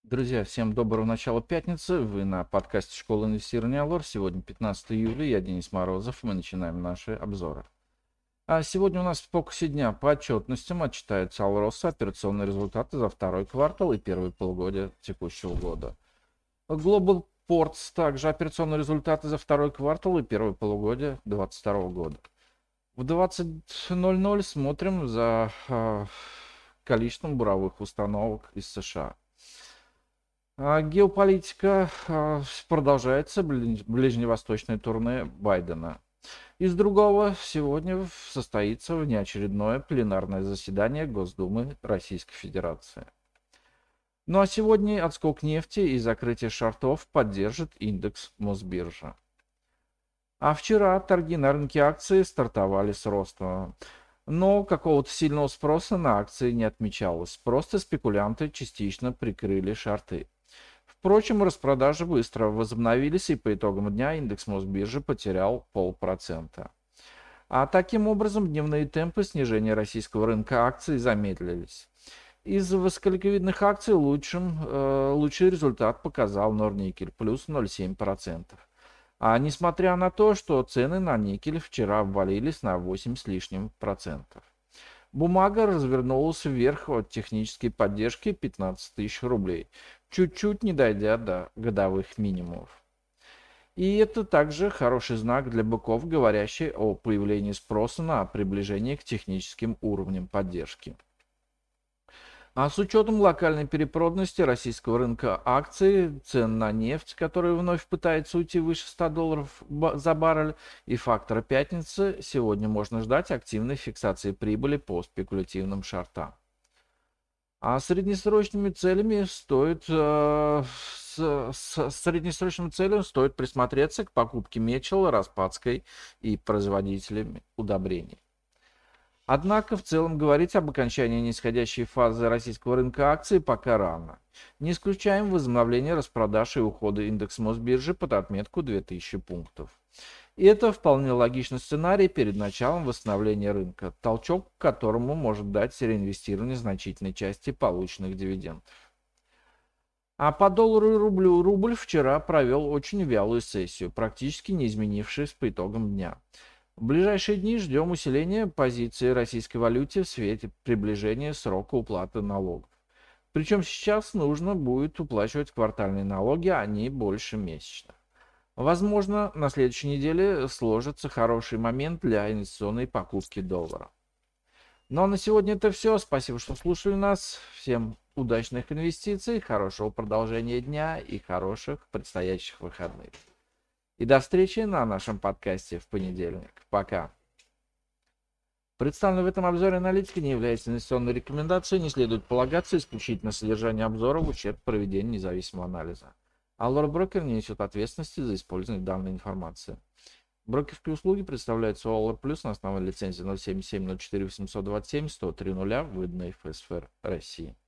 Друзья, всем доброго начала пятницы. Вы на подкасте «Школа инвестирования Алор». Сегодня 15 июля, я Денис Морозов, и мы начинаем наши обзоры. А сегодня у нас в фокусе дня по отчетностям отчитаются Алроса, операционные результаты за второй квартал и первые полугодия текущего года. Global Ports также операционные результаты за второй квартал и первое полугодие 2022 года. В 20:00 смотрим за количеством буровых установок из США. Геополитика продолжается, ближневосточное турне Байдена. Из другого сегодня состоится внеочередное пленарное заседание Госдумы Российской Федерации. Ну а сегодня отскок нефти и закрытие шортов поддержит индекс Мосбиржа. А вчера торги на рынке акций стартовали с роста. Но какого-то сильного спроса на акции не отмечалось. Просто спекулянты частично прикрыли шорты. Впрочем, распродажи быстро возобновились, и по итогам дня индекс Мосбиржи потерял 0,5%. А таким образом дневные темпы снижения российского рынка акций замедлились. Из высоколиквидных акций лучший результат показал Норникель, плюс 0,7%. А несмотря на то, что цены на никель вчера обвалились на 8 с лишним процентов. Бумага развернулась вверх от технической поддержки 15 тысяч рублей, чуть-чуть не дойдя до годовых минимумов. И это также хороший знак для быков, говорящий о появлении спроса на приближение к техническим уровням поддержки. А с учетом локальной перепроданности российского рынка акций, цен на нефть, который вновь пытается уйти выше $100 за баррель, и фактора пятницы, сегодня можно ждать активной фиксации прибыли по спекулятивным шортам. А среднесрочными целями среднесрочным целям стоит присмотреться к покупке Мечел, Распадской и производителями удобрений. Однако в целом говорить об окончании нисходящей фазы российского рынка акций пока рано. Не исключаем возобновление распродаж и ухода индекса Мосбиржи под отметку 2000 пунктов. И это вполне логичный сценарий перед началом восстановления рынка, толчок к которому может дать реинвестирование значительной части полученных дивидендов. А по доллару и рублю рубль вчера провел очень вялую сессию, практически не изменившись по итогам дня. В ближайшие дни ждем усиления позиции российской валюты в свете приближения срока уплаты налогов. Причем сейчас нужно будет уплачивать квартальные налоги, а не больше месячных. Возможно, на следующей неделе сложится хороший момент для инвестиционной покупки доллара. Ну а на сегодня это все. Спасибо, что слушали нас. Всем удачных инвестиций, хорошего продолжения дня и хороших предстоящих выходных. И до встречи на нашем подкасте в понедельник. Пока. Представленная в этом обзоре аналитика не является инвестиционной рекомендацией, не следует полагаться исключительно на содержание обзора в ущерб проведению независимого анализа. Allure Broker не несет ответственности за использование данной информации. Брокерские услуги предоставляются Allure Plus на основе лицензии 077 04 827 103 0, выданной ФСФР России.